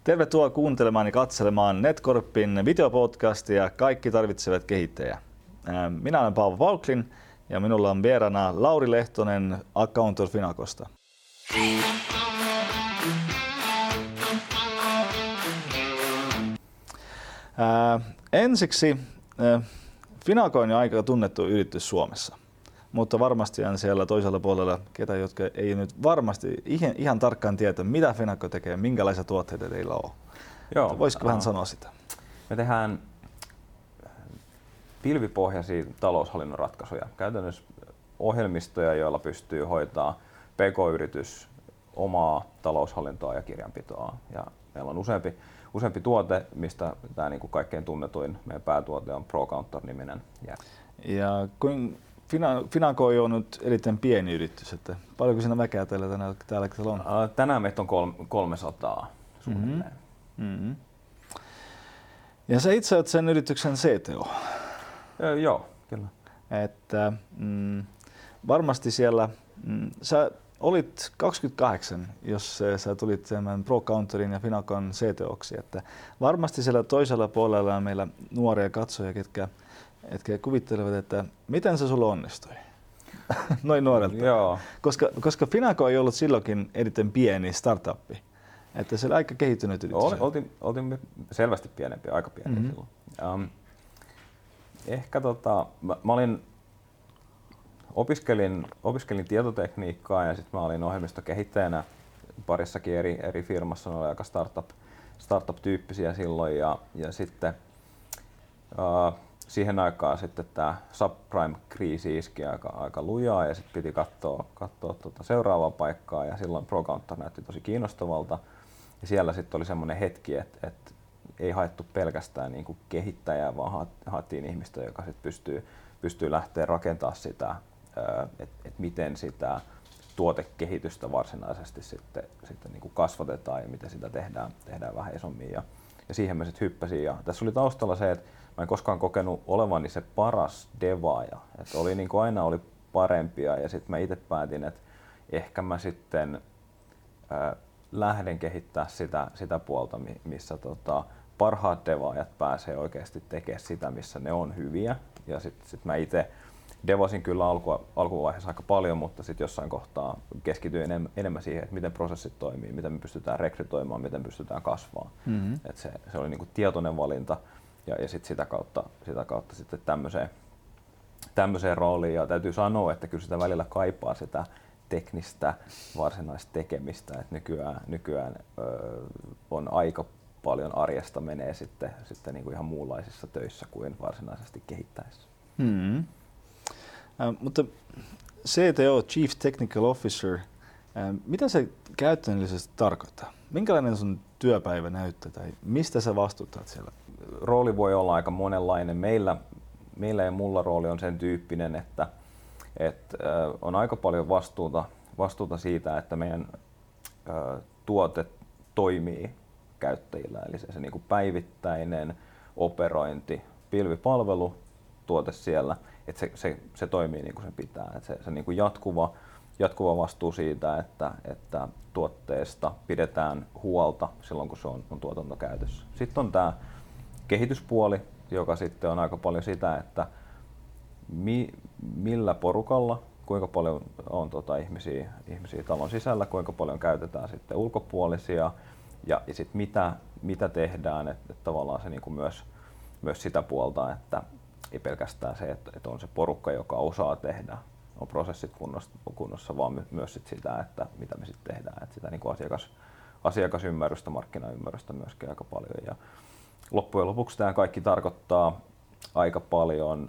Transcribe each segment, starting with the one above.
Tervetuloa kuuntelemaan ja katselemaan NetCorpin videopodcastia Kaikki tarvitsevat kehittäjä. Minä olen Paavo Pauklin ja minulla on vieraana Lauri Lehtonen Accountor Finacosta. Ensiksi Finaco on jo aika tunnettu yritys Suomessa, mutta varmasti on siellä toisella puolella ketä, jotka ei nyt varmasti ihan tarkkaan tiedä, mitä Finaco tekee ja minkälaisia tuotteita teillä on. Joo, voisiko vähän sanoa sitä? Me tehdään pilvipohjaisia taloushallinnon ratkaisuja, käytännössä ohjelmistoja, joilla pystyy hoitaa PK-yritys omaa taloushallintoa ja kirjanpitoa. Ja meillä on useampi tuote, mistä tämä niin kuin kaikkein tunnetuin meidän päätuote on ProCountor-niminen. Ja kun Finaco on nyt erittäin pieni yritys, että paljonko siinä väkeä täällä on? Tänään meitä on 300 suunnilleen. Mm-hmm. Ja sä itse olet sen yrityksen CTO. Joo, kyllä. Että, varmasti siellä, sä olit 28, jos sä tulit tämän ProCountorin ja Finacon CTOksi, että varmasti siellä toisella puolella on meillä nuoria katsojia, ketkä kuvittelevat, että miten se sulla onnistui? Noin nuorelta. Joo. Koska Finaco ei ollut silloinkin erittäin pieni startuppi. Että se oli aika kehittynyt yritys. Oltiin selvästi pienempi, aika pieni silloin. Ehkä opiskelin tietotekniikkaa ja sitten mä olin ohjelmistokehittäjänä parissakin eri firmassa, ne oli aika startup-tyyppisiä silloin ja sitten siihen aikaan sitten tämä subprime-kriisi iski aika lujaa ja sitten piti katsoa seuraavaa paikkaa ja silloin ProCountor näytti tosi kiinnostavalta. Ja siellä sitten oli semmoinen hetki, että ei haettu pelkästään niin kuin kehittäjää, vaan haettiin ihmistä, joka sitten pystyy lähteä rakentamaan sitä, että miten sitä tuotekehitystä varsinaisesti sitten niin kuin kasvatetaan ja miten sitä tehdään vähän isommin. Ja siihen mä sitten hyppäsin. Ja tässä oli taustalla se, että mä en koskaan kokenut olevani se paras devaaja. Että oli niin kuin aina oli parempia ja sitten mä itse päätin, että ehkä mä sitten lähden kehittää sitä puolta, missä parhaat devaajat pääsee oikeasti tekemään sitä, missä ne on hyviä. Ja sit mä itse devasin kyllä alkuvaiheessa aika paljon, mutta sitten jossain kohtaa keskityin enemmän siihen, että miten prosessit toimii, miten me pystytään rekrytoimaan, miten pystytään kasvamaan. Mm-hmm. Et se oli niinku tietoinen valinta ja sit sitä kautta sitten tämmöiseen rooliin. Ja täytyy sanoa, että kyllä sitä välillä kaipaa sitä teknistä varsinaista tekemistä, että nykyään on aika paljon arjesta menee sitten niin kuin ihan muunlaisissa töissä kuin varsinaisesti kehittäessä. Mutta CTO, Chief Technical Officer, mitä se käytännöllisesti tarkoittaa? Minkälainen sun työpäivä näyttää tai mistä sä vastuutat siellä? Rooli voi olla aika monenlainen. Meillä ja mulla rooli on sen tyyppinen, että on aika paljon vastuuta siitä, että meidän tuote toimii käyttäjillä. Eli se niin kuin päivittäinen operointi, pilvipalvelu, tuote siellä, että se toimii niin kuin sen pitää. Että se niin kuin jatkuva vastuu siitä, että tuotteesta pidetään huolta silloin, kun se on tuotantokäytössä. Sitten on tämä kehityspuoli, joka sitten on aika paljon sitä, että millä porukalla, kuinka paljon on ihmisiä talon sisällä, kuinka paljon käytetään sitten ulkopuolisia ja sitten mitä tehdään, että tavallaan se niinku myös sitä puolta, että ei pelkästään se, että on se porukka, joka osaa tehdä, on prosessit kunnossa, vaan myös sitä, että mitä me sitten tehdään, että sitä niinku asiakasymmärrystä, markkinaymmärrystä myöskin aika paljon. Ja loppujen lopuksi tämä kaikki tarkoittaa aika paljon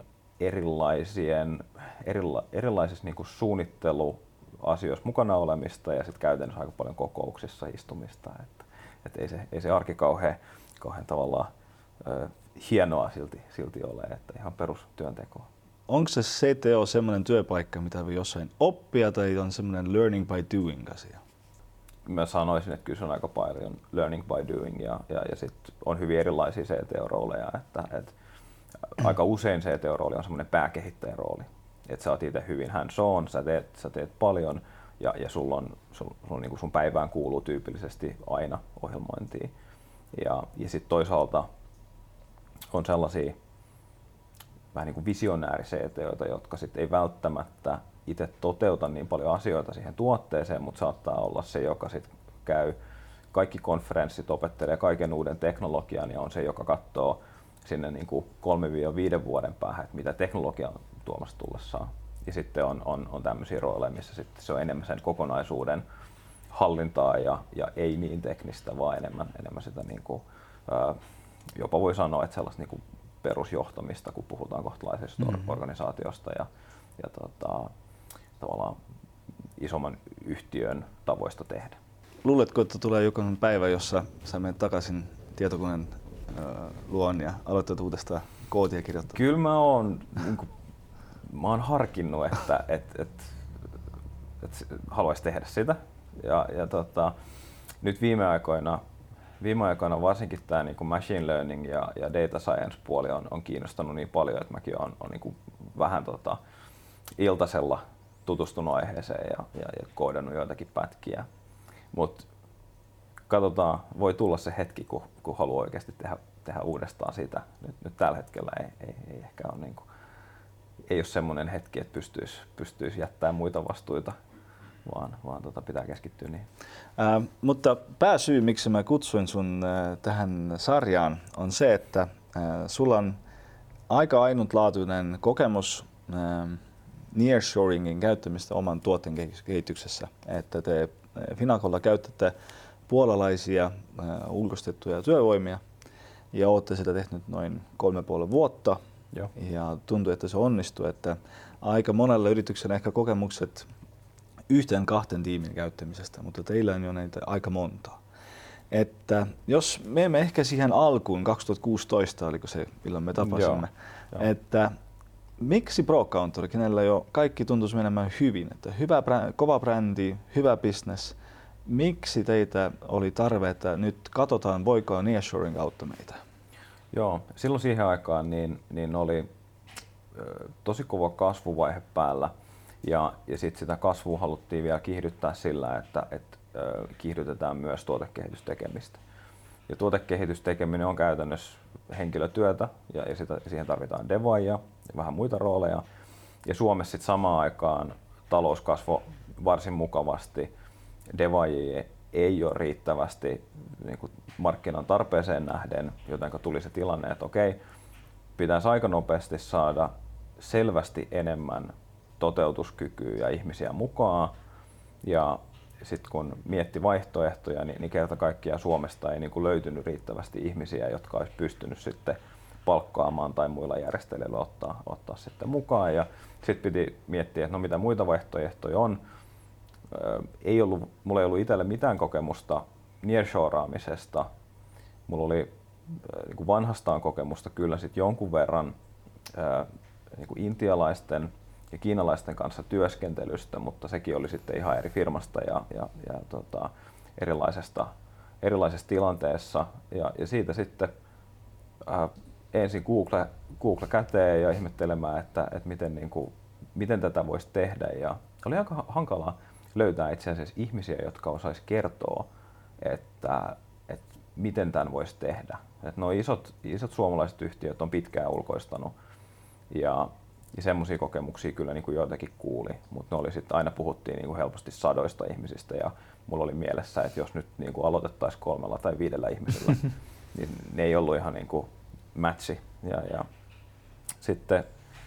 erilaisissa niin kuin suunnitteluasioissa mukana olemista ja sitten käytännössä aika paljon kokouksissa istumista. Että ei se arki kauhean tavallaan hienoa silti ole, että ihan perustyöntekoa. Onko se CTO semmoinen työpaikka, mitä voi jossain oppia tai on semmoinen learning by doing asia? Mä sanoisin, että kyllä se on aika paljon learning by doing ja sitten on hyvin erilaisia CTO-rooleja. Että aika usein CTO-rooli on semmoinen pääkehittäjän rooli. Että sä oot itse hyvin hands-on, sä teet paljon ja sulla on niin kuin sun päivään kuuluu tyypillisesti aina ohjelmointia. Ja sitten toisaalta on sellaisia vähän niin kuin visionääri-CTOita, jotka sitten ei välttämättä itse toteuta niin paljon asioita siihen tuotteeseen, mutta saattaa olla se, joka sitten käy kaikki konferenssit, opettelee kaiken uuden teknologian ja on se, joka katsoo sinne niin kuin 3-5 vuoden päähän, että mitä teknologia on tuomassa tullessaan. Ja sitten on tämmöisiä rooleja, missä sitten se on enemmän sen kokonaisuuden hallintaa ja ei niin teknistä, vaan enemmän sitä niin kuin, jopa voi sanoa, että sellaista niin kuin perusjohtamista, kun puhutaan kohtalaisesta organisaatiosta ja tavallaan isomman yhtiön tavoista tehdä. Luuletko, että tulee jokin päivä, jossa sä menet takaisin tietokoneen luon ja aloitat uudestaan koodia kirjoittaa? Kyllä mä oon harkinnut, että haluaisi tehdä sitä. Nyt viime aikoina varsinkin tämä niin kuin machine learning ja data science puoli on kiinnostanut niin paljon, että mäkin olen niin vähän iltasella tutustunut aiheeseen ja koodannut joitakin pätkiä. Mutta katsotaan, voi tulla se hetki, kun haluaa oikeasti tehdä uudestaan sitä. Nyt tällä hetkellä ei ehkä ole, niin kuin, ei ole semmoinen hetki, että pystyisi jättämään muita vastuita, vaan pitää keskittyä niihin. Mutta pääsyy, miksi mä kutsuin sun tähän sarjaan, on se, että sulla on aika ainutlaatuinen kokemus nearshoringin käyttämistä oman tuotteen kehityksessä. Että te Finacolla käytätte puolalaisia ulkoistettuja työvoimia ja olette sitä tehnyt noin 3,5 vuotta. Joo. Ja tuntuu, että se onnistuu, että aika monella yrityksellä ehkä kokemukset 1-2 tiimin käyttämisestä, mutta teillä on jo näitä aika monta. Että jos me emme ehkä siihen alkuun, 2016 oliko se, milloin me tapasimme, että miksi ProCountor, kenellä jo kaikki tuntuisi menemään hyvin, että kova brändi, hyvä business, miksi teitä oli tarve, että nyt katsotaan, voiko nearshoring auttaa meitä? Joo, silloin siihen aikaan niin oli tosi kova kasvuvaihe päällä ja sitten sitä kasvua haluttiin vielä kiihdyttää sillä, että kiihdytetään myös tuotekehitystekemistä. Ja tuotekehitystekeminen on käytännössä henkilötyötä ja siihen tarvitaan devaajia ja vähän muita rooleja. Ja Suomessa sitten samaan aikaan talous kasvoi varsin mukavasti. Devaajia ei ole riittävästi niin kuin markkinan tarpeeseen nähden, joten tuli se tilanne, että okei, pitäisi aika nopeasti saada selvästi enemmän toteutuskykyä ja ihmisiä mukaan. Ja sitten kun mietti vaihtoehtoja, niin kerta kaikkiaan Suomesta ei niin kuin löytynyt riittävästi ihmisiä, jotka olisi pystynyt sitten palkkaamaan tai muilla järjestelyillä ottaa sitten mukaan. Ja sitten piti miettiä, että no mitä muita vaihtoehtoja on. Mulla ei ollut itselle mitään kokemusta nearshoraamisesta. Mulla oli niin kuin vanhastaan kokemusta kyllä sit jonkun verran niin kuin intialaisten ja kiinalaisten kanssa työskentelystä, mutta sekin oli sitten ihan eri firmasta ja erilaisessa tilanteessa. Ja siitä sitten ensin Google käteen ja ihmettelemään, että miten tätä voisi tehdä. Ja oli aika hankalaa löytää itse asiassa ihmisiä, jotka osaisi kertoa, että miten tämän voisi tehdä. Että nuo isot suomalaiset yhtiöt on pitkään ulkoistanut ja semmoisia kokemuksia kyllä niin kuin joitakin kuuli, mutta ne oli sitten aina puhuttiin niin kuin helposti sadoista ihmisistä ja mulla oli mielessä, että jos nyt niin kuin aloitettaisiin 3 tai 5 ihmisellä, niin ne ei ollut ihan niin kuin matchi. Ja sitten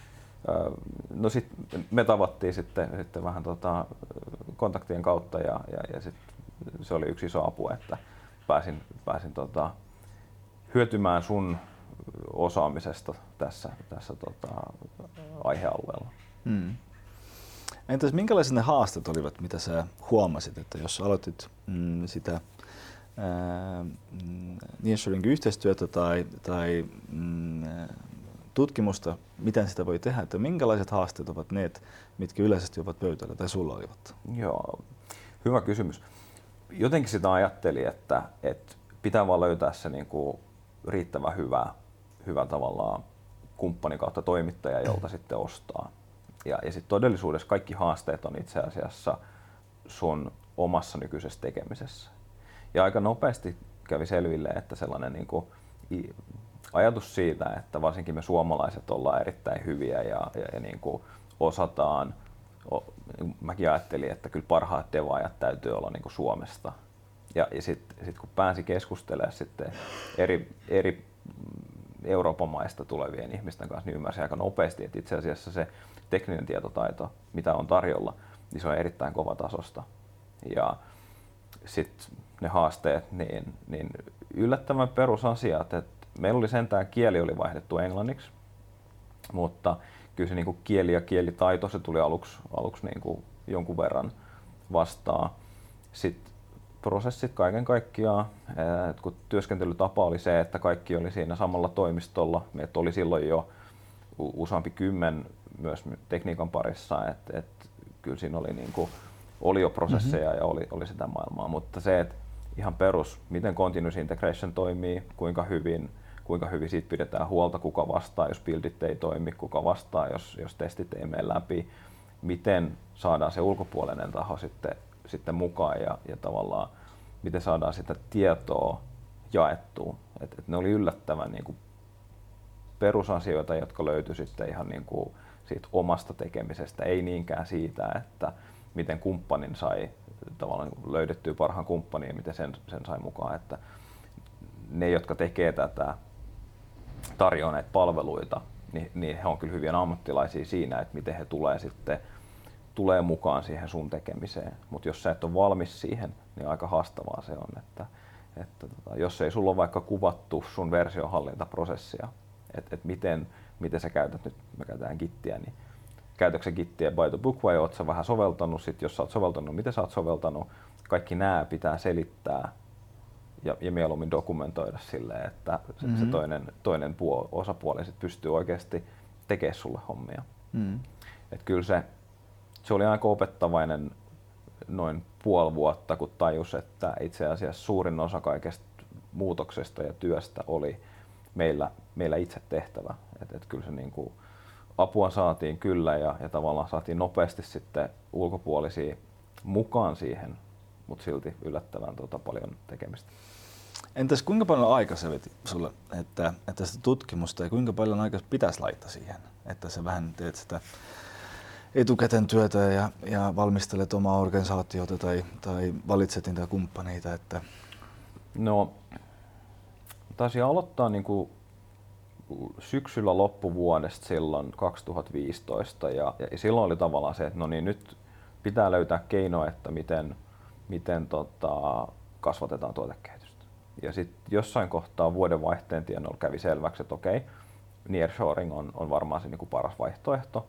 me tavattiin sitten vähän kontaktien kautta ja sitten se oli yksi iso apu, että pääsin hyötymään sun osaamisesta tässä aihealueella. Entäs minkälaiset ne haasteet olivat, mitä sä huomasit, että jos aloitit sitä nearshoring-yhteistyötä tai tutkimusta, miten sitä voi tehdä, että minkälaiset haasteet ovat ne, mitkä yleisesti ovat pöydällä tai sulla olivat? Joo, hyvä kysymys. Jotenkin sitä ajattelin, että pitää vaan löytää se niinku riittävän hyvä tavallaan kumppani kautta toimittaja, jolta sitten ostaa. Ja sitten todellisuudessa kaikki haasteet on itse asiassa sun omassa nykyisessä tekemisessä. Ja aika nopeasti kävi selville, että sellainen niin kuin ajatus siitä, että varsinkin me suomalaiset ollaan erittäin hyviä ja niin kuin osataan, mäkin ajattelin, että kyllä parhaat devaajat täytyy olla niin kuin Suomesta. Ja sit kun pääsi keskustelemaan sitten eri Euroopan maista tulevien ihmisten kanssa, niin ymmärsin aika nopeasti, että itse asiassa se tekninen tietotaito, mitä on tarjolla, niin se on erittäin kovatasosta. Ja sitten ne haasteet, niin yllättävän perusasiat, että meillä oli sentään kieli oli vaihdettu englanniksi, mutta kyllä se niinku kieli ja kielitaito se tuli aluksi niinku jonkun verran vastaan. Sitten prosessit kaiken kaikkiaan, kun työskentelytapa oli se, että kaikki oli siinä samalla toimistolla, meitä oli silloin jo useampi 10 myös tekniikan parissa, että kyllä siinä oli, oli jo prosesseja ja oli sitä maailmaa, mutta se, että ihan perus, miten continuous integration toimii, kuinka hyvin siitä pidetään huolta, kuka vastaa, jos buildit ei toimi, kuka vastaa, jos testit ei mene läpi, miten saadaan se ulkopuolinen taho sitten mukaan ja tavallaan miten saadaan sitä tietoa jaettua. Et ne oli yllättävän niin kuin perusasioita, jotka löytyi sitten ihan niin kuin siitä omasta tekemisestä, ei niinkään siitä, että miten kumppanin sai tavallaan löydettyä parhaan kumppanin ja miten sen sai mukaan, että ne, jotka tekee tätä, tarjoaa näitä palveluita, niin he on kyllä hyviä ammattilaisia siinä, että miten he tulee mukaan siihen sun tekemiseen. Mutta jos sä et ole valmis siihen, niin aika haastavaa se on, että jos ei sulla ole vaikka kuvattu sun versionhallintaprosessia, että miten sä käytät, nyt me käytetään Gittiä, niin käytätkö sä Gittiä by the book vai oot sä vähän soveltanut, sit jos sä oot soveltanut, miten sä oot soveltanut, kaikki nämä pitää selittää ja mieluummin dokumentoida silleen, että se toinen osapuoli sit pystyy oikeasti tekemään sulle hommia. Et kyllä se oli aika opettavainen noin puoli vuotta, kun tajus, että itse asiassa suurin osa kaikesta muutoksesta ja työstä oli meillä itse tehtävä. Et kyllä se niinku, apua saatiin kyllä ja tavallaan saatiin nopeasti sitten ulkopuolisia mukaan siihen, mutta silti yllättävän paljon tekemistä. Entäs kuinka paljon aikaa se veti sulle, että sitä tutkimusta ja kuinka paljon aikaa pitäisi laittaa siihen, että sä vähän teet sitä etukäteen työtä ja valmistelet omaa organisaatiota tai valitset niitä kumppaneita? Että... No, taisin aloittaa niinku syksyllä loppuvuodesta silloin 2015 ja silloin oli tavallaan se, että no niin, nyt pitää löytää keino, että miten kasvatetaan tuotekehitystä. Ja sitten jossain kohtaa vuodenvaihteen tienoilla kävi selväksi, että okei, nearshoring on varmaan se niinku paras vaihtoehto.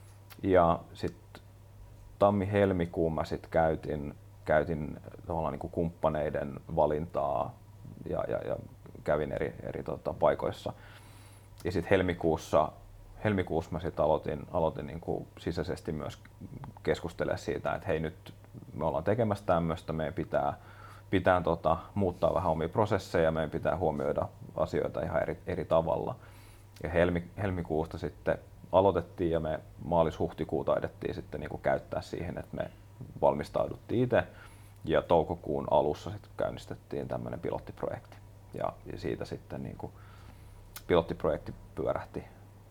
Ja sitten tammi-helmikuun mä sit käytin tavallaan niinku kumppaneiden valintaa ja kävin eri paikoissa. Ja sitten helmikuussa mä sit aloitin niinku sisäisesti myös keskustelemaan siitä, että hei, nyt me ollaan tekemässä tämmöistä, meidän pitää muuttaa vähän omia prosesseja, meidän pitää huomioida asioita ihan eri tavalla. Ja helmikuusta sitten aloitettiin ja me maalis-huhtikuuta taidettiin sitten niinku käyttää siihen, että me valmistauduttiin itse ja toukokuun alussa sitten käynnistettiin tämmöinen pilottiprojekti. Ja siitä sitten niinku pilottiprojekti pyörähti,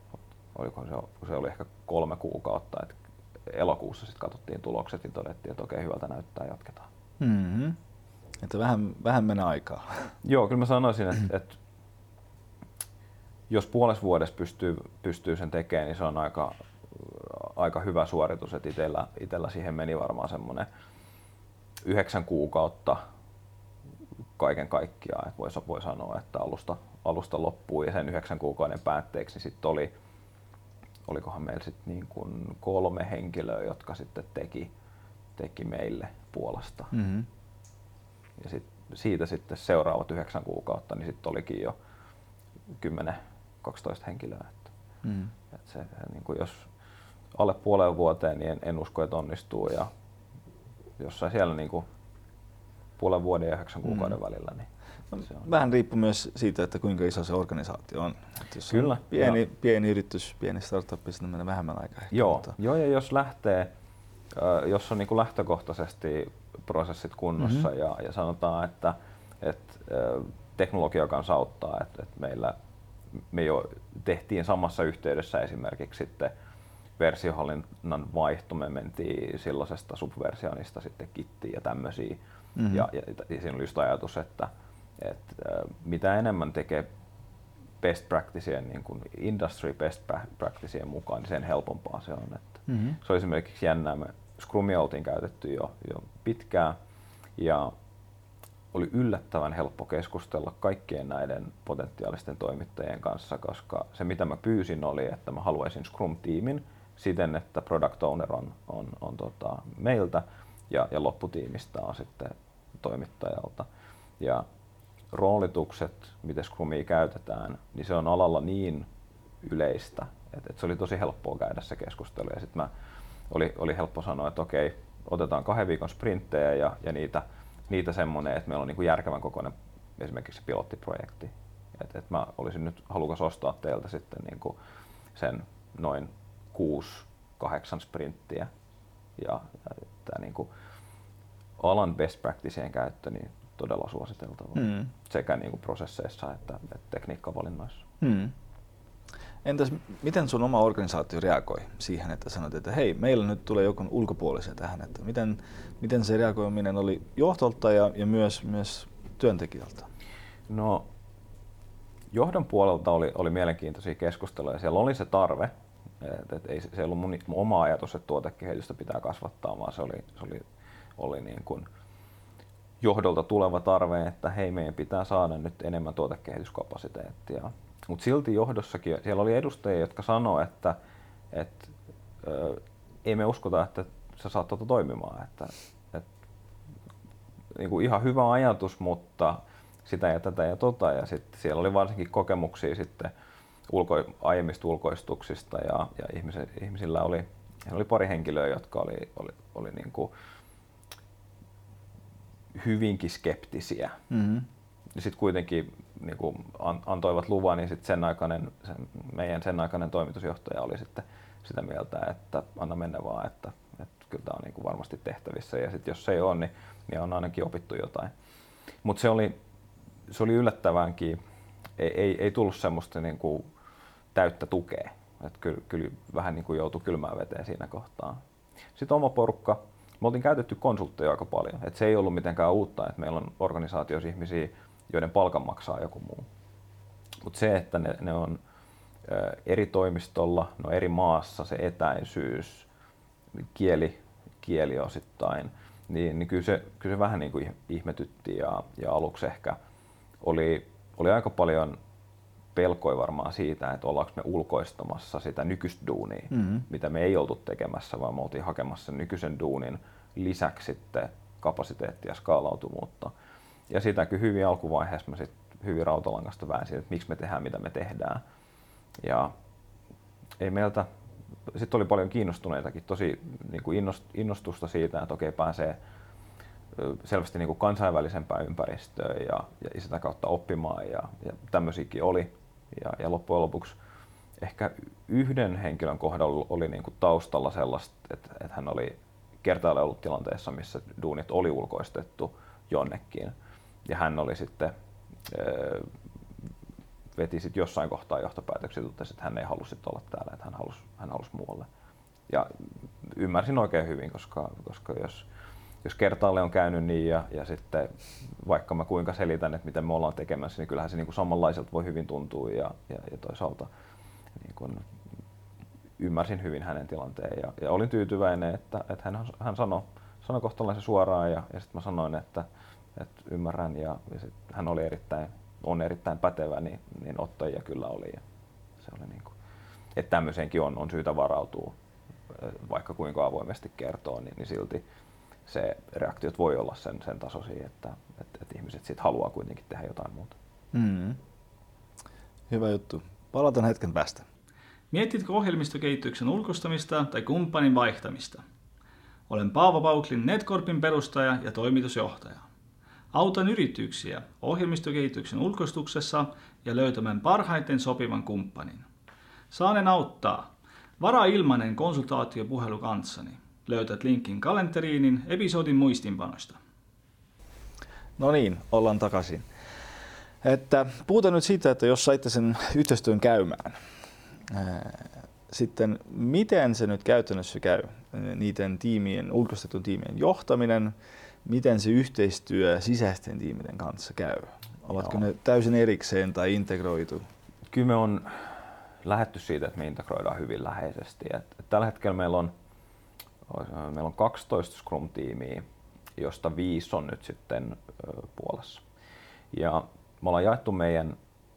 se oli ehkä 3 kuukautta, että elokuussa sitten katsottiin tulokset ja todettiin, että okei, hyvältä näyttää, jatketaan. Mm-hmm. Että vähän menee aikaa. Joo, kyllä mä sanoisin, että jos puolessa vuodessa pystyy sen tekemään, niin se on aika hyvä suoritus. Et itellä siihen meni varmaan semmoinen 9 kuukautta kaiken kaikkiaan. Et voi sanoa, että alusta loppuun ja sen 9 kuukauden päätteeksi niin sitten olikohan meillä sitten niin kuin 3 henkilöä, jotka sitten teki meille Puolasta. Mm-hmm. Ja siitä sitten seuraavat 9 kuukautta, niin sitten olikin jo 10-12 henkilöä. Että se, niin kuin jos alle puoleen vuoteen, niin en usko, että onnistuu. Ja jossain siellä niin kuin puolen vuoden ja 9 kuukauden välillä. Niin se on. Vähän riippuu myös siitä, että kuinka iso se organisaatio on. Että jos kyllä. On pieni yritys, pieni startup, sitten menee vähemmän aikaa. Joo, ja jos on niin kuin lähtökohtaisesti prosessit kunnossa ja sanotaan, että teknologia kanssa auttaa, että me jo tehtiin samassa yhteydessä esimerkiksi sitten versiohallinnan vaihto, me mentiin silloisesta Subversionista sitten Gittiin ja tämmöisiä. Ja siinä oli just ajatus, että mitä enemmän tekee best practiceen, niin kuin industry best practiceen mukaan, niin sen helpompaa se on. Että se oli esimerkiksi jännää, me Scrumia oltiin käytetty jo pitkään ja oli yllättävän helppo keskustella kaikkien näiden potentiaalisten toimittajien kanssa, koska se mitä mä pyysin oli, että mä haluaisin Scrum-tiimin siten, että product owner on meiltä ja lopputiimistä on sitten toimittajalta. Ja roolitukset, miten Scrumia käytetään, niin se on alalla niin yleistä, että se oli tosi helppoa käydä se keskustelu. Ja sitten oli helppo sanoa, että okei, otetaan 2 viikon sprinttejä ja niitä semmoinen, että meillä on niinku järkevän kokoinen esimerkiksi pilottiprojekti. Et mä olisin nyt halukas ostaa teiltä sitten niinku sen noin 6-8 sprinttiä. Ja tämä niinku alan best practiceen käyttö niin todella suositeltavaa sekä niinku prosesseissa että tekniikkavalinnoissa. Entäs miten sun oma organisaatio reagoi siihen, että sanot, että hei, meillä nyt tulee joku ulkopuolisia tähän, että miten se reagoiminen oli johtolta ja myös työntekijältä? No, johdon puolelta oli mielenkiintoisia keskusteluja. Siellä oli se tarve, että ei se ollut mun oma ajatus, että tuotekehitystä pitää kasvattaa, vaan se oli niin kuin johdolta tuleva tarve, että hei, meidän pitää saada nyt enemmän tuotekehityskapasiteettia. Mutta silti johdossakin siellä oli edustajia, jotka sanoivat, että ei me uskota, että sä saat toimimaan. Että niin kuin ihan hyvä ajatus, mutta sitä ja tätä ja tota. Ja sitten siellä oli varsinkin kokemuksia sitten aiemmista ulkoistuksista ja ihmisillä oli pari henkilöä, jotka oli niin kuin hyvinkin skeptisiä. Ja sitten kuitenkin niin kuin antoivat luvan, niin sitten meidän sen aikainen toimitusjohtaja oli sitten sitä mieltä, että anna mennä vaan, että kyllä tämä on niin kuin varmasti tehtävissä. Ja sitten jos se ei ole, niin on ainakin opittu jotain. Mutta se oli yllättävänkin, ei tullut semmoista niin kuin täyttä tukea. Että kyllä vähän niin kuin joutui kylmään veteen siinä kohtaa. Sitten oma porukka. Me oltiin käytetty konsultteja aika paljon. Et se ei ollut mitenkään uutta, että meillä on organisaatioissa ihmisiä, joiden palkan maksaa joku muu. Mutta se, että ne on eri toimistolla, no eri maassa, se etäisyys, kieli osittain, niin kyllä se vähän niin kuin ihmetytti ja aluksi ehkä oli aika paljon pelkoja varmaan siitä, että ollaanko me ulkoistamassa sitä nykyistä duunia, mitä me ei oltu tekemässä, vaan me oltiin hakemassa sen nykyisen duunin lisäksi sitten kapasiteettia ja skaalautuvuutta. Ja sitä kyllä hyvin alkuvaiheessa mä sit hyvin rautalangasta väänsin, että miksi me tehdään mitä me tehdään. Ja ei meiltä, sitten oli paljon kiinnostuneitakin, tosi niin kuin innostusta siitä, että okei, pääsee selvästi niin kuin kansainvälisempään ympäristöön ja sitä kautta oppimaan ja tämmöisiäkin oli. Ja loppujen lopuksi ehkä yhden henkilön kohdalla oli niin kuin taustalla sellaista, että hän oli kertaalleen ollut tilanteessa, missä duunit oli ulkoistettu jonnekin. Ja hän oli sitten, veti sitten jossain kohtaa johtopäätöksiä, että hän ei halua sitten olla täällä, että hän halusi muualle. Ja ymmärsin oikein hyvin, koska jos kertaalle on käynyt niin ja sitten vaikka mä kuinka selitän, että miten me ollaan tekemässä, niin kyllähän se niin kuin samanlaiselta voi hyvin tuntua ja toisaalta niin kuin ymmärsin hyvin hänen tilanteen ja olin tyytyväinen, että hän sanoi kohtalaisen suoraan ja sitten mä sanoin, että ymmärrän ja sit hän on erittäin pätevä, niin ottajia kyllä oli. Ja se oli niin kuin, että tämmöiseenkin on syytä varautua, vaikka kuinka avoimesti kertoo, niin silti se reaktiot voi olla sen tasoisia, että ihmiset sit haluaa kuitenkin tehdä jotain muuta. Hyvä juttu. Palataan hetken päästä. Mietitkö ohjelmistokehityksen ulkoistamista tai kumppanin vaihtamista? Olen Paavo Pauklin Netcorpin perustaja ja toimitusjohtaja. Autan yrityksiä ohjelmistokehityksen ulkoistuksessa ja löytämään parhaiten sopivan kumppanin. Saanen auttaa. Varaa ilmainen konsultaatiopuhelu kanssani. Löytät linkin kalenteriinin episodin muistinpanosta. No niin, ollaan takaisin. Että puhutaan nyt siitä, että jos saitte sen yhteistyön käymään, sitten miten se nyt käytännössä käy? Niiden ulkoistetun tiimien johtaminen, miten se yhteistyö sisäisten tiimien kanssa käy? Ovatko ne täysin erikseen tai integroitu? Kyllä me on lähdetty siitä, että me integroidaan hyvin läheisesti. Tällä hetkellä meillä on 12 Scrum-tiimiä, josta 5 on nyt sitten Puolassa. Ja me ollaan jaettu meidän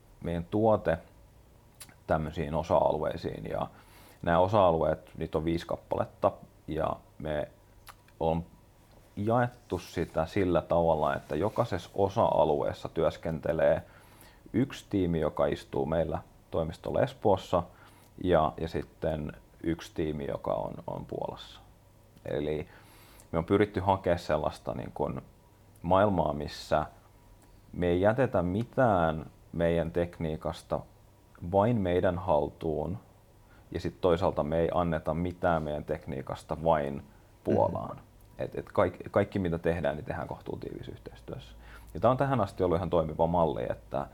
tuote tämmöisiin osa-alueisiin, ja nämä osa-alueet, niitä on 5 kappaletta, ja me on jaettu sitä sillä tavalla, että jokaisessa osa-alueessa työskentelee yksi tiimi, joka istuu meillä toimistolla Espoossa, ja sitten yksi tiimi, joka on Puolassa. Eli me on pyritty hakemaan sellaista niin kuin maailmaa, missä me ei jätetä mitään meidän tekniikasta vain meidän haltuun, ja sitten toisaalta me ei anneta mitään meidän tekniikasta vain Puolaan. Kaikki mitä tehdään, niin tehdään kohtuu tiiviissä yhteistyössä. Ja tämä on tähän asti ollut ihan toimiva malli, että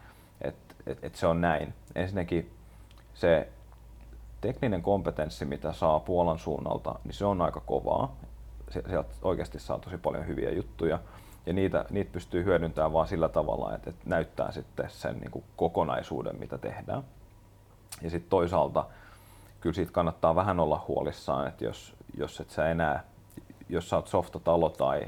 se on näin. Ensinnäkin se tekninen kompetenssi, mitä saa Puolan suunnalta, niin se on aika kovaa. Sieltä oikeasti saa tosi paljon hyviä juttuja. Ja niitä pystyy hyödyntämään vaan sillä tavalla, että näyttää sitten sen niin kuin kokonaisuuden, mitä tehdään. Ja sitten toisaalta kyllä siitä kannattaa vähän olla huolissaan, että jos et sä enää, jos sä oot softatalo tai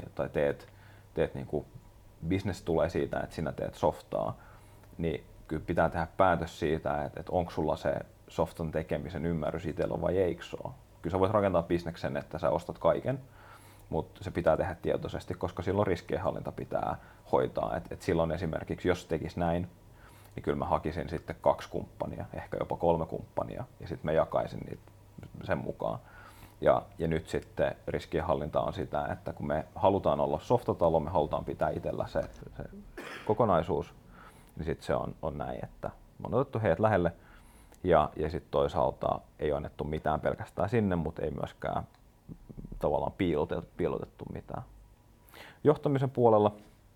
teet niin kuin business tulee siitä, että sinä teet softaa, niin kyllä pitää tehdä päätös siitä, että onko sulla se softan tekemisen ymmärrys itsellä vai eikö ole. Kyllä sä voit rakentaa bisneksen, että sä ostat kaiken, mutta se pitää tehdä tietoisesti, koska silloin riskienhallinta pitää hoitaa. Et silloin esimerkiksi, jos tekisi näin, niin kyllä mä hakisin sitten 2 kumppania, ehkä jopa 3 kumppania, ja sitten mä jakaisin niitä sen mukaan. Ja nyt sitten riskienhallinta on sitä, että kun me halutaan olla softatalo, me halutaan pitää itsellä se kokonaisuus, niin sitten se on näin, että me on otettu heidät lähelle, ja sitten toisaalta ei ole annettu mitään pelkästään sinne, mutta ei myöskään tavallaan piilotettu mitään. Johtamisen puolella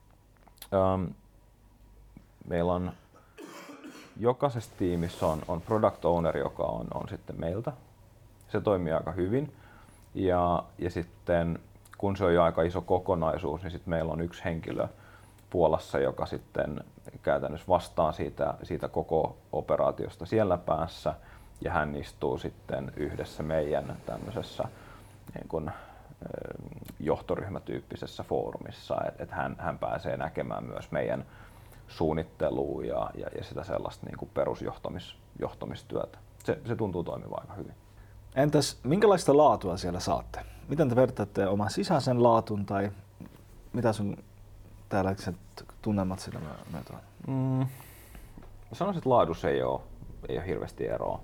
meillä on jokaisessa tiimissä on product owner, joka on sitten meiltä. Se toimii aika hyvin. Ja sitten kun se on jo aika iso kokonaisuus, niin sitten meillä on yksi henkilö Puolassa, joka sitten käytännössä vastaa siitä koko operaatiosta siellä päässä. Ja hän istuu sitten yhdessä meidän tämmöisessä niin kuin johtoryhmätyyppisessä foorumissa, että hän pääsee näkemään myös meidän suunnittelua ja sitä sellaista niin kuin perusjohtamistyötä. Se tuntuu toimivan aika hyvin. Entäs minkälaista laatua siellä saatte? Miten te vertaatte oman sisäisen laatun tai mitä sun täälläiset tunnelmat sillä myötä on? Sanoisin, että laadussa ei ole hirveästi eroa.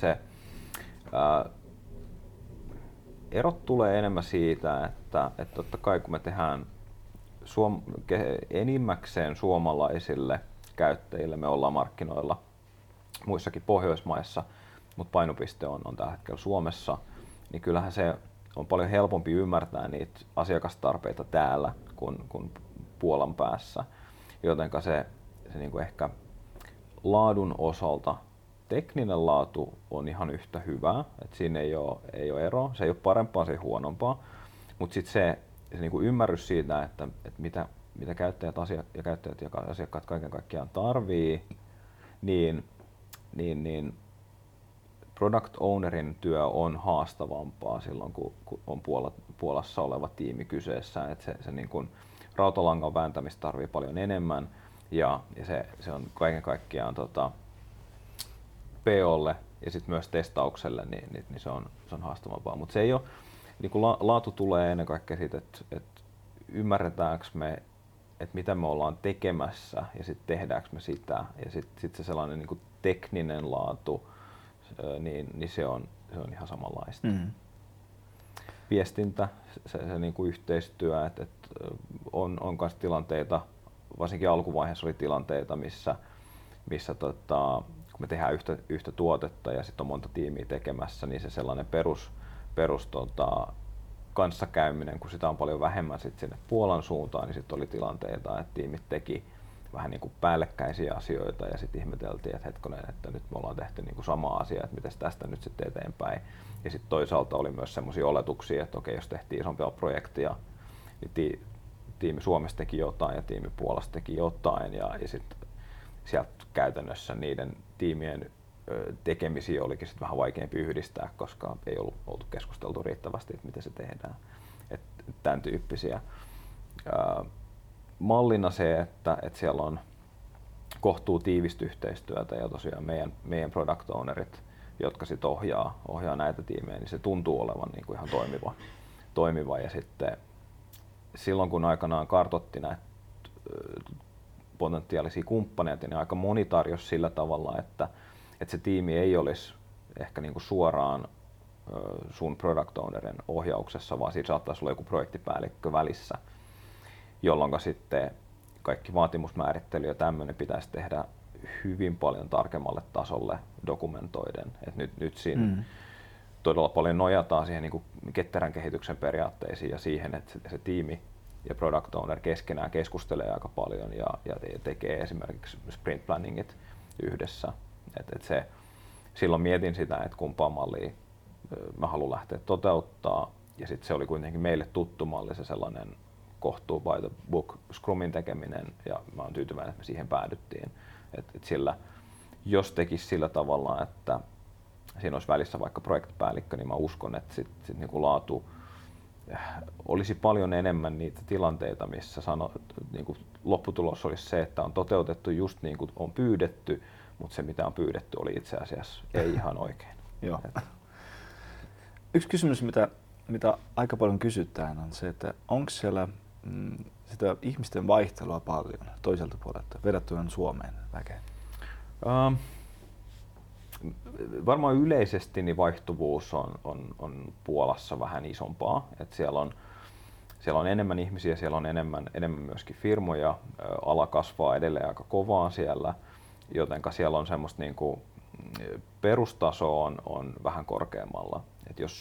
Erot tulee enemmän siitä, että totta kai kun me tehdään enimmäkseen suomalaisille käyttäjille, me ollaan markkinoilla muissakin Pohjoismaissa, mutta painopiste on tällä hetkellä Suomessa, niin kyllähän se on paljon helpompi ymmärtää niitä asiakastarpeita täällä kuin Puolan päässä, jotenka se niin kuin ehkä laadun osalta tekninen laatu on ihan yhtä hyvää, että siinä ei ole eroa, se ei ole parempaa, se ei huonompaa, mutta sitten se niin kuin ymmärrys siitä, että mitä käyttäjät ja asiakkaat kaiken kaikkiaan tarvii, niin product ownerin työ on haastavampaa silloin, kun on Puolassa oleva tiimi kyseessä, että se niin kuin rautalangan vääntämistä tarvii paljon enemmän ja se on kaiken kaikkiaan POlle ja sitten myös testaukselle, niin se on haastavampaa, mutta se ei ole, niin kuin laatu tulee ennen kaikkea siitä, että ymmärretäänkö me, että mitä me ollaan tekemässä ja sitten tehdäänkö me sitä ja sitten se sellainen niin kuin tekninen laatu, niin se on ihan samanlaista. Mm-hmm. Viestintä, se niin kuin yhteistyö, että on myös tilanteita, varsinkin alkuvaiheessa oli tilanteita, missä kun me tehdään yhtä tuotetta ja sitten on monta tiimiä tekemässä, niin se sellainen perus kanssakäyminen, kun sitä on paljon vähemmän sit sinne Puolan suuntaan, niin sitten oli tilanteita, että tiimit teki vähän niin kuin päällekkäisiä asioita ja sitten ihmeteltiin, että hetkonen, että nyt me ollaan tehty niin kuin sama asia, että miten tästä nyt sitten eteenpäin. Ja sitten toisaalta oli myös semmoisia oletuksia, että okei, jos tehtiin isompia projekteja, niin tiimi Suomessa teki jotain ja tiimi Puolassa teki jotain ja sitten sieltä käytännössä niiden tiimien tekemisiä olikin sitten vähän vaikeampi yhdistää, koska ei oltu keskusteltu riittävästi, että miten se tehdään. Että tämän tyyppisiä. Mallina se, että siellä on kohtuu tiivistä yhteistyötä ja tosiaan meidän product ownerit, jotka sitten ohjaa näitä tiimejä, niin se tuntuu olevan niin kuin ihan toimiva. Ja sitten silloin kun aikanaan kartoitti näitä potentiaalisia kumppaneita, niin aika moni tarjosi sillä tavalla, että se tiimi ei olisi ehkä niin kuin suoraan sun product ownerin ohjauksessa, vaan siinä saattaisi olla joku projektipäällikkö välissä, jolloin sitten kaikki vaatimusmäärittely ja tämmöinen pitäisi tehdä hyvin paljon tarkemmalle tasolle dokumentoiden. Et nyt siinä todella paljon nojataan siihen niin kuin ketterän kehityksen periaatteisiin ja siihen, että se tiimi ja product owner keskenään keskustelee aika paljon ja tekee esimerkiksi sprint planningit yhdessä. Silloin mietin sitä, että kumpaa mallia mä haluan lähteä toteuttaa ja sitten se oli kuitenkin meille tuttu malli, se sellainen kohtuu by the book Scrumin tekeminen ja mä oon tyytyväinen, että me siihen päädyttiin. Sillä, jos tekisi sillä tavalla, että siinä olisi välissä vaikka projektipäällikkö, niin mä uskon, että sit niin kuin laatu olisi paljon enemmän niitä tilanteita, missä niin kuin lopputulos olisi se, että on toteutettu just niin kuin on pyydetty, mutta se mitä on pyydetty oli itse asiassa ei ihan oikein. Joo. Yksi kysymys, mitä aika paljon kysytään, on se, että onko siellä sitä ihmisten vaihtelua paljon toiselta puolelta verrattuna Suomeen väkeen? Varmaan yleisesti niin vaihtuvuus on Puolassa vähän isompaa. Et siellä on enemmän ihmisiä, siellä on enemmän myöskin firmoja. Ala kasvaa edelleen aika kovaa siellä, jotenka siellä on semmoista niinku, perustaso on vähän korkeammalla. Et jos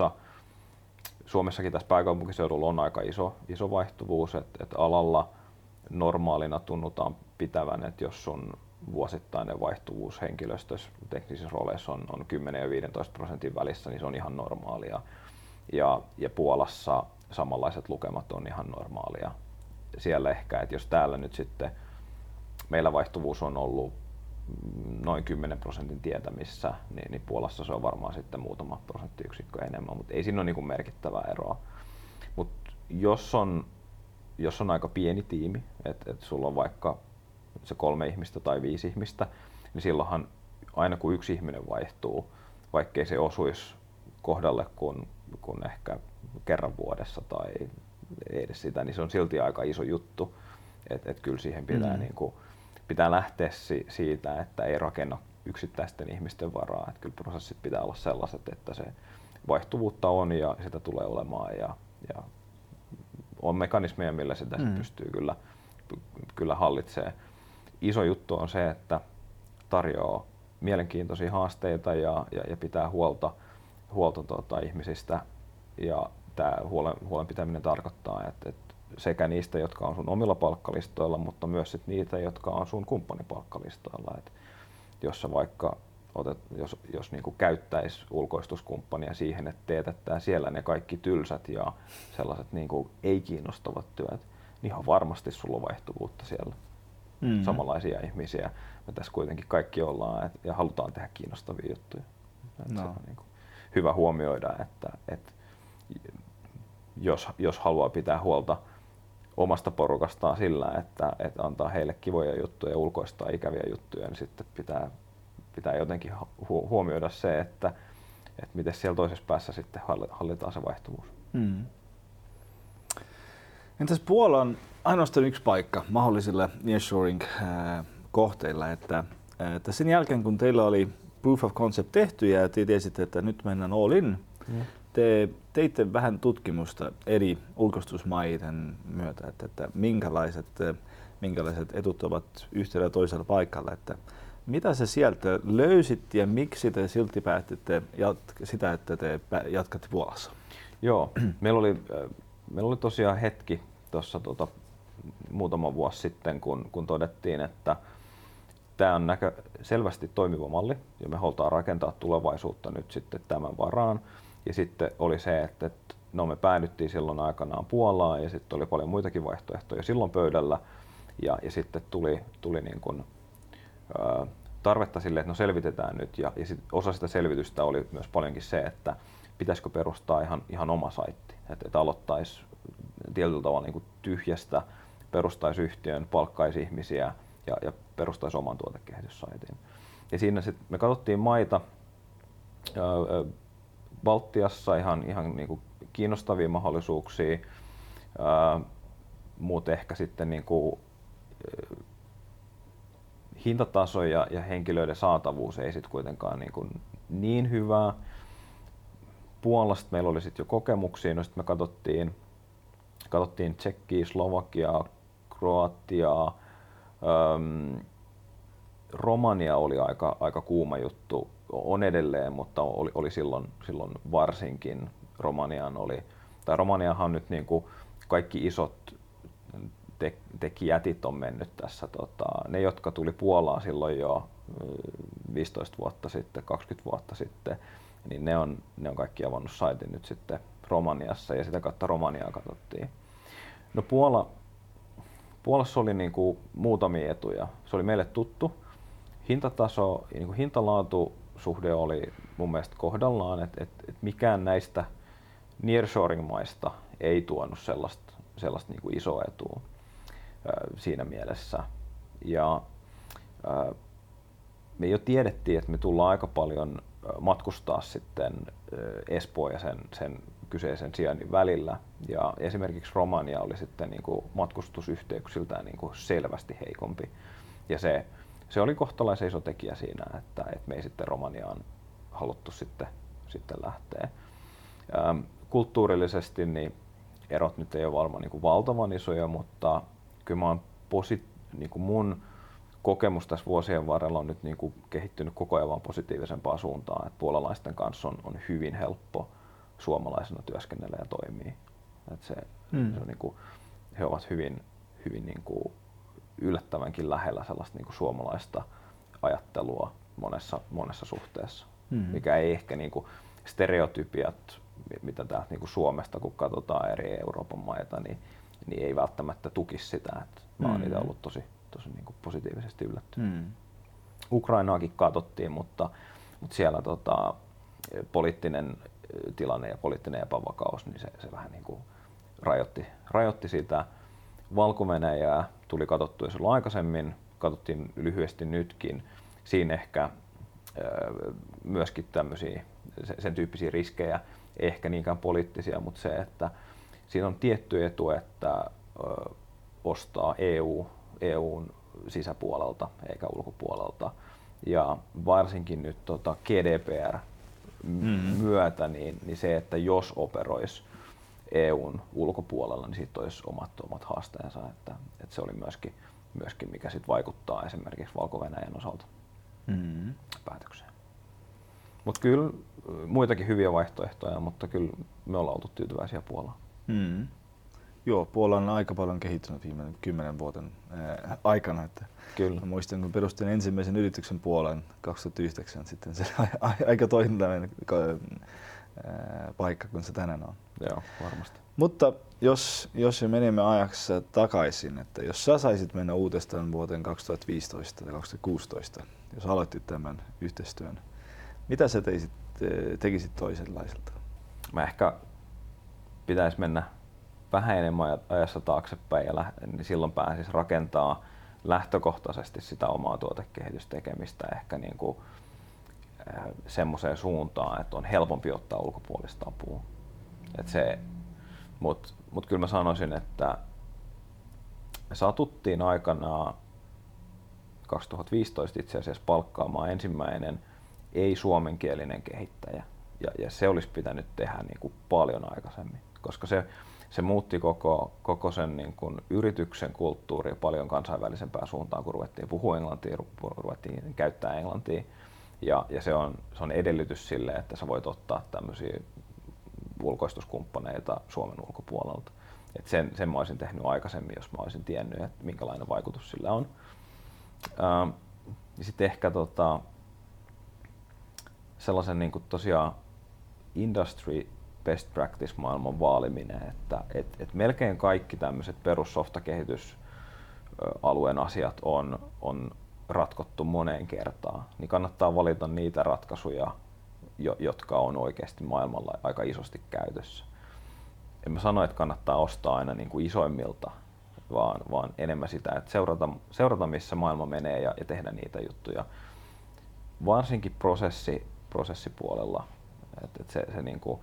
Suomessakin tässä pääkaupunkiseudulla on aika iso vaihtuvuus, että alalla normaalina tunnutaan pitävän, että jos sun vuosittainen vaihtuvuus henkilöstössä teknisissä rooleissa on 10 ja 15% välissä, niin se on ihan normaalia. Ja Puolassa samanlaiset lukemat on ihan normaalia. Siellä ehkä, että jos täällä nyt sitten meillä vaihtuvuus on ollut noin 10% tietämissä, niin Puolassa se on varmaan sitten muutama prosenttiyksikkö enemmän, mutta ei siinä ole niin kuin merkittävää eroa. Mutta jos on aika pieni tiimi, että sulla on vaikka se 3 ihmistä tai 5 ihmistä, niin silloinhan aina kun yksi ihminen vaihtuu, vaikkei se osuisi kohdalle kun ehkä kerran vuodessa tai ei edes sitä, niin se on silti aika iso juttu. Et kyllä siihen pitää lähteä siitä, että ei rakenna yksittäisten ihmisten varaa. Et kyllä prosessit pitää olla sellaiset, että se vaihtuvuutta on ja sitä tulee olemaan ja on mekanismeja, millä sitä pystyy kyllä hallitsemaan. Iso juttu on se, että tarjoaa mielenkiintoisia haasteita ja pitää huolta ihmisistä. Ja tämä huolen pitäminen tarkoittaa, että sekä niistä, jotka on sun omilla palkkalistoilla, mutta myös sit niitä, jotka on sun kumppanipalkkalistoilla. Et jos vaikka jos niinku käyttäisi ulkoistuskumppania siihen, että teetättää siellä ne kaikki tylsät ja sellaiset niinku ei-kiinnostavat työt, niin ihan varmasti sulla on vaihtuvuutta siellä. Samanlaisia ihmisiä. Me tässä kuitenkin kaikki ollaan ja halutaan tehdä kiinnostavia juttuja. Se on niinku hyvä huomioida, että jos haluaa pitää huolta omasta porukastaan sillä, että antaa heille kivoja juttuja ja ulkoistaa ikäviä juttuja, niin sitten pitää jotenkin huomioida se, että miten siellä toisessa päässä sitten hallitaan se vaihtuvuus. Entäs Puola on ainoastaan yksi paikka mahdollisilla nearshoring-kohteilla, että sen jälkeen kun teillä oli proof of concept tehty ja te tiesitte, että nyt mennään all in, te teitte vähän tutkimusta eri ulkoistusmaiden myötä, että minkälaiset edut ovat yhteydellä ja toisella paikalla. Että mitä se sieltä löysitte ja miksi te silti päätitte sitä, että te jatkatte Puolassa? Joo, meillä oli tosiaan hetki tuossa muutama vuosi sitten, kun todettiin, että tämä on selvästi toimiva malli ja me halutaan rakentaa tulevaisuutta nyt sitten tämän varaan. Ja sitten oli se, että me päädyttiin silloin aikanaan Puolaan ja sitten oli paljon muitakin vaihtoehtoja silloin pöydällä. Ja sitten tuli niin kuin, tarvetta sille, että selvitetään nyt. Ja sit osa sitä selvitystä oli myös paljonkin se, että pitäisikö perustaa ihan oma saitti. Että aloittaisi tietyllä tavalla niin kuin tyhjästä, perustaisi yhtiön, palkkaisi ihmisiä ja perustaisi oman tuotekehityssaitin. Ja siinä sitten me katsottiin maita Baltiassa ihan niin kuin kiinnostavia mahdollisuuksia, mutta ehkä sitten niin kuin, hintataso ja henkilöiden saatavuus ei sitten kuitenkaan niin hyvää. Puolasta meillä oli sitten jo kokemuksia, no sitten me katsottiin Tsekkiä, Slovakiaa, Kroatiaa, Romania oli aika kuuma juttu, on edelleen, mutta oli silloin varsinkin. Romaniahan nyt niin kuin kaikki isot tekijätit on mennyt tässä. Ne, jotka tuli Puolaan silloin jo 15 vuotta sitten, 20 vuotta sitten, niin ne on kaikki avannut saitin nyt sitten Romaniassa ja sitä kautta Romaniaa katsottiin. No Puolassa oli niin kuin muutamia etuja. Se oli meille tuttu. Hintataso, niin kuin hinta-laatu-suhde oli mun mielestä kohdallaan, että mikään näistä nearshoring-maista ei tuonut sellaista niin kuin isoa etua siinä mielessä. Ja me jo tiedettiin, että me tullaan aika paljon matkustaa sitten Espoon ja sen kyseisen sijainnin välillä. Ja esimerkiksi Romania oli sitten niin kuin matkustusyhteyksiltään niin kuin selvästi heikompi. Ja se oli kohtalaisen iso tekijä siinä, että me ei sitten Romaniaan haluttu sitten lähteä. Kulttuurillisesti niin erot nyt ei ole varmaan niin kuin valtavan isoja, mutta kyllä niin kuin mun kokemus tässä vuosien varrella on nyt niin kuin kehittynyt koko ajan vaan positiivisempaan suuntaan. Että puolalaisten kanssa on hyvin helppo suomalaisena työskennellä ja toimia. Että se on niin kuin, he ovat hyvin niin kuin yllättävänkin lähellä sellaista niin kuin suomalaista ajattelua monessa suhteessa, mikä ei ehkä niin kuin stereotypiat, mitä täältä niin kuin Suomesta, kun katsotaan eri Euroopan maita, niin ei välttämättä tukisi sitä. Että mä oon itse ollut tosi niin kuin positiivisesti yllättynyt. Ukrainaakin katsottiin, mutta siellä poliittinen tilanne ja poliittinen epävakaus, niin se vähän niin kuin rajoitti sitä. Valko-Venäjää tuli katsottua silloin aikaisemmin, katsottiin lyhyesti nytkin. Siinä ehkä myöskin tämmöisiä sen tyyppisiä riskejä, ei ehkä niinkään poliittisia, mutta se, että siinä on tietty etu, että ostaa EUn sisäpuolelta eikä ulkopuolelta. Ja varsinkin nyt GDPR myötä, niin se, että jos operoisi EUn ulkopuolella, niin siitä olisi omat haasteensa. Että se oli myöskin mikä sit vaikuttaa esimerkiksi Valko-Venäjän osalta päätökseen. Mutta kyllä muitakin hyviä vaihtoehtoja, mutta kyllä me ollaan oltu tyytyväisiä Puolaan. Joo, Puola on aika paljon kehittynyt viimeinen 10 vuoden aikana. Että kyllä. Muistan, kun perustin ensimmäisen yrityksen Puolaan 2009, sitten se aika toinen paikka kuin se tänään on. Joo, varmasti. Mutta jos menemme ajaksi takaisin, että jos sä saisit mennä uudestaan vuoteen 2015 tai 2016, jos aloitit tämän yhteistyön, mitä sä tekisit toisenlaiselta? Mä ehkä pitäisi mennä vähän enemmän ajassa taaksepäin ja niin silloin pääsisi rakentaa lähtökohtaisesti sitä omaa tuotekehitystekemistä ehkä niin kuin semmoiseen suuntaan, että on helpompi ottaa ulkopuolista apua. Mutta kyllä mä sanoisin, että me satuttiin aikanaan 2015 itse asiassa palkkaamaan ensimmäinen ei-suomenkielinen kehittäjä. Ja se olisi pitänyt tehdä niin kuin paljon aikaisemmin, koska se muutti koko sen niin kuin yrityksen kulttuuria paljon kansainvälisempään suuntaan, kun ruvettiin puhua englantia, ruvettiin käyttää englantia. Ja se on edellytys sille, että sä voit ottaa tämmöisiä ulkoistuskumppaneita Suomen ulkopuolelta. Et sen mä olisin tehnyt aikaisemmin, jos mä olisin tiennyt, että minkälainen vaikutus sillä on. Sitten ehkä sellaisen niin kuin tosiaan industry best practice maailman vaaliminen, että melkein kaikki tämmöiset perussoftakehitys-alueen asiat on ratkottu moneen kertaan, niin kannattaa valita niitä ratkaisuja, jotka on oikeasti maailmalla aika isosti käytössä. En mä sano, että kannattaa ostaa aina niin kuin isoimmilta, vaan enemmän sitä, että seurata missä maailma menee ja tehdä niitä juttuja. Varsinkin prosessipuolella, että se niin kuin,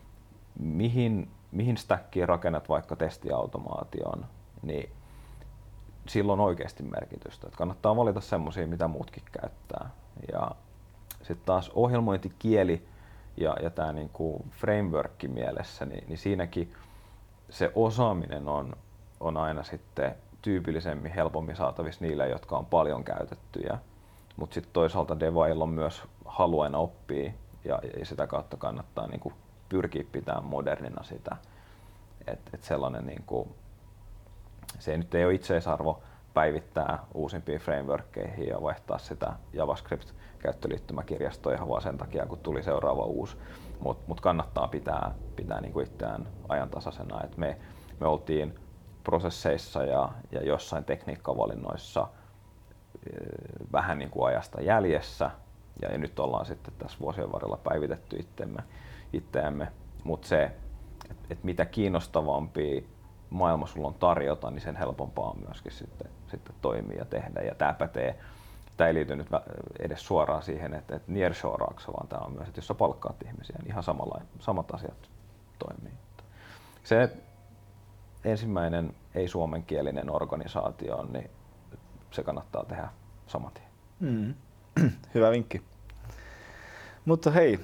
mihin stackiin rakennat vaikka testiautomaation, niin silloin on oikeasti merkitystä. Että kannattaa valita semmoisia, mitä muutkin käyttää. Ja sitten taas ohjelmointikieli ja tämä niinku framework mielessä, niin siinäkin se osaaminen on aina sitten tyypillisemmin helpommin saatavissa niille, jotka on paljon käytettyjä. Mutta sitten toisaalta devailla on myös haluena oppia ja sitä kautta kannattaa niinku pyrkiä pitämään modernina sitä. Et sellainen niinku, se nyt ei ole itseisarvo päivittää uusimpiin frameworkkeihin ja vaihtaa sitä JavaScript-käyttöliittymäkirjastoa ihan vaan sen takia, kun tuli seuraava uusi. Mut kannattaa pitää niinku itseään ajantasaisena. Et me oltiin prosesseissa ja jossain tekniikkavalinnoissa vähän niin kuin ajasta jäljessä ja nyt ollaan sitten tässä vuosien varrella päivitetty itseämme. Mutta se, että mitä kiinnostavampia maailma sulla on tarjota, niin sen helpompaa on myöskin sitten toimia ja tehdä. Ja tämä ei liity nyt edes suoraan siihen, että nearshoraaksa, vaan tämä on myös, että jos sä palkkaat ihmisiä, niin ihan samat asiat toimii. Se ensimmäinen ei-suomenkielinen organisaatio, niin se kannattaa tehdä saman tien. Hyvä vinkki. Mutta hei,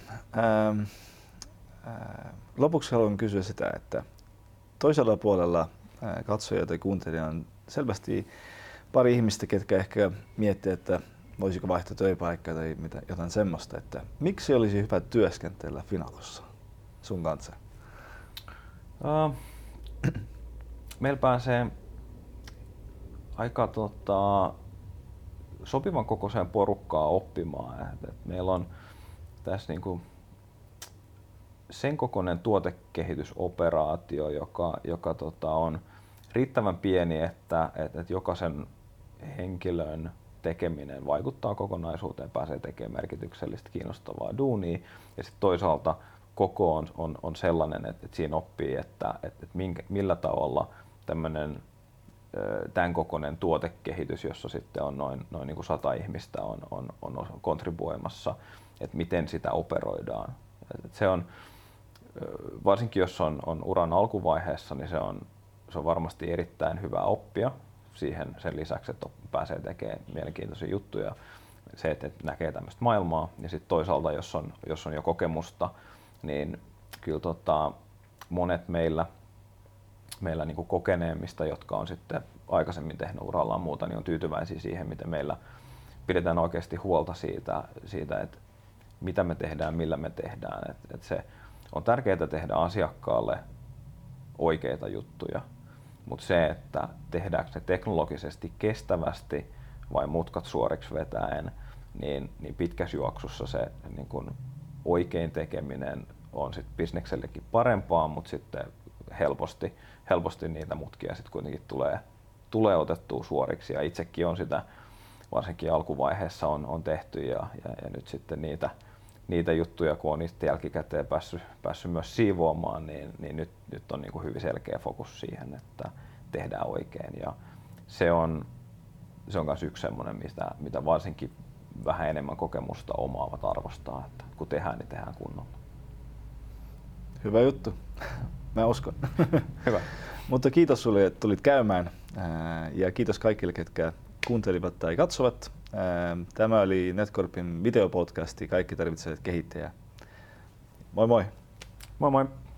lopuksi haluan kysyä sitä, että toisella puolella katsojia tai kuuntelijoita on selvästi pari ihmistä, ketkä ehkä miettii, että voisiko vaihtaa työpaikkaa tai jotain semmoista, että miksi olisi hyvä työskentellä Finacossa sun kanssa? Meillä pääsee aika sopivan kokoiseen porukkaa oppimaan. Meillä on tässä niinku sen kokoinen tuotekehitysoperaatio, joka on riittävän pieni, että jokaisen henkilön tekeminen vaikuttaa kokonaisuuteen, pääsee tekemään merkityksellistä, kiinnostavaa duunia. Ja sitten toisaalta koko on sellainen, että siinä oppii, että millä tavalla tämmöinen tämän kokoinen tuotekehitys, jossa sitten on noin niin kuin 100 ihmistä on kontribuoimassa, että miten sitä operoidaan. Et se on, varsinkin jos on uran alkuvaiheessa, niin se on varmasti erittäin hyvä oppia sen lisäksi, että pääsee tekemään mielenkiintoisia juttuja. Se, että näkee tämmöistä maailmaa, ja sitten toisaalta, jos on jo kokemusta, niin kyllä monet meillä niin kuin kokeneemmista, jotka on sitten aikaisemmin tehnyt urallaan muuta, niin on tyytyväisiä siihen, miten meillä pidetään oikeasti huolta siitä, että mitä me tehdään, millä me tehdään. Että se on tärkeää tehdä asiakkaalle oikeita juttuja, mutta se, että tehdäänkö se teknologisesti kestävästi vai mutkat suoriksi vetäen, niin pitkässä juoksussa se niin kuin oikein tekeminen on sitten bisneksellekin parempaa, mutta sitten helposti niitä mutkia sitten kuitenkin tulee otettua suoriksi, ja itsekin on sitä varsinkin alkuvaiheessa on tehty ja nyt sitten niitä juttuja, kun on niistä jälkikäteen päässyt myös siivoamaan, niin nyt on niin kuin hyvin selkeä fokus siihen, että tehdään oikein, ja se on myös yksi semmoinen, mitä varsinkin vähän enemmän kokemusta omaavat arvostaa, että kun tehdään, niin tehdään kunnolla. Hyvä juttu. Mä uskon. Hyvä. Mutta kiitos sulle, että tulit käymään, ja kiitos kaikille, ketkä kuuntelivat tai katsovat. Tämä oli NetCorpin videopodcasti Kaikki tarvitsevat kehittäjää. Moi moi! Moi moi!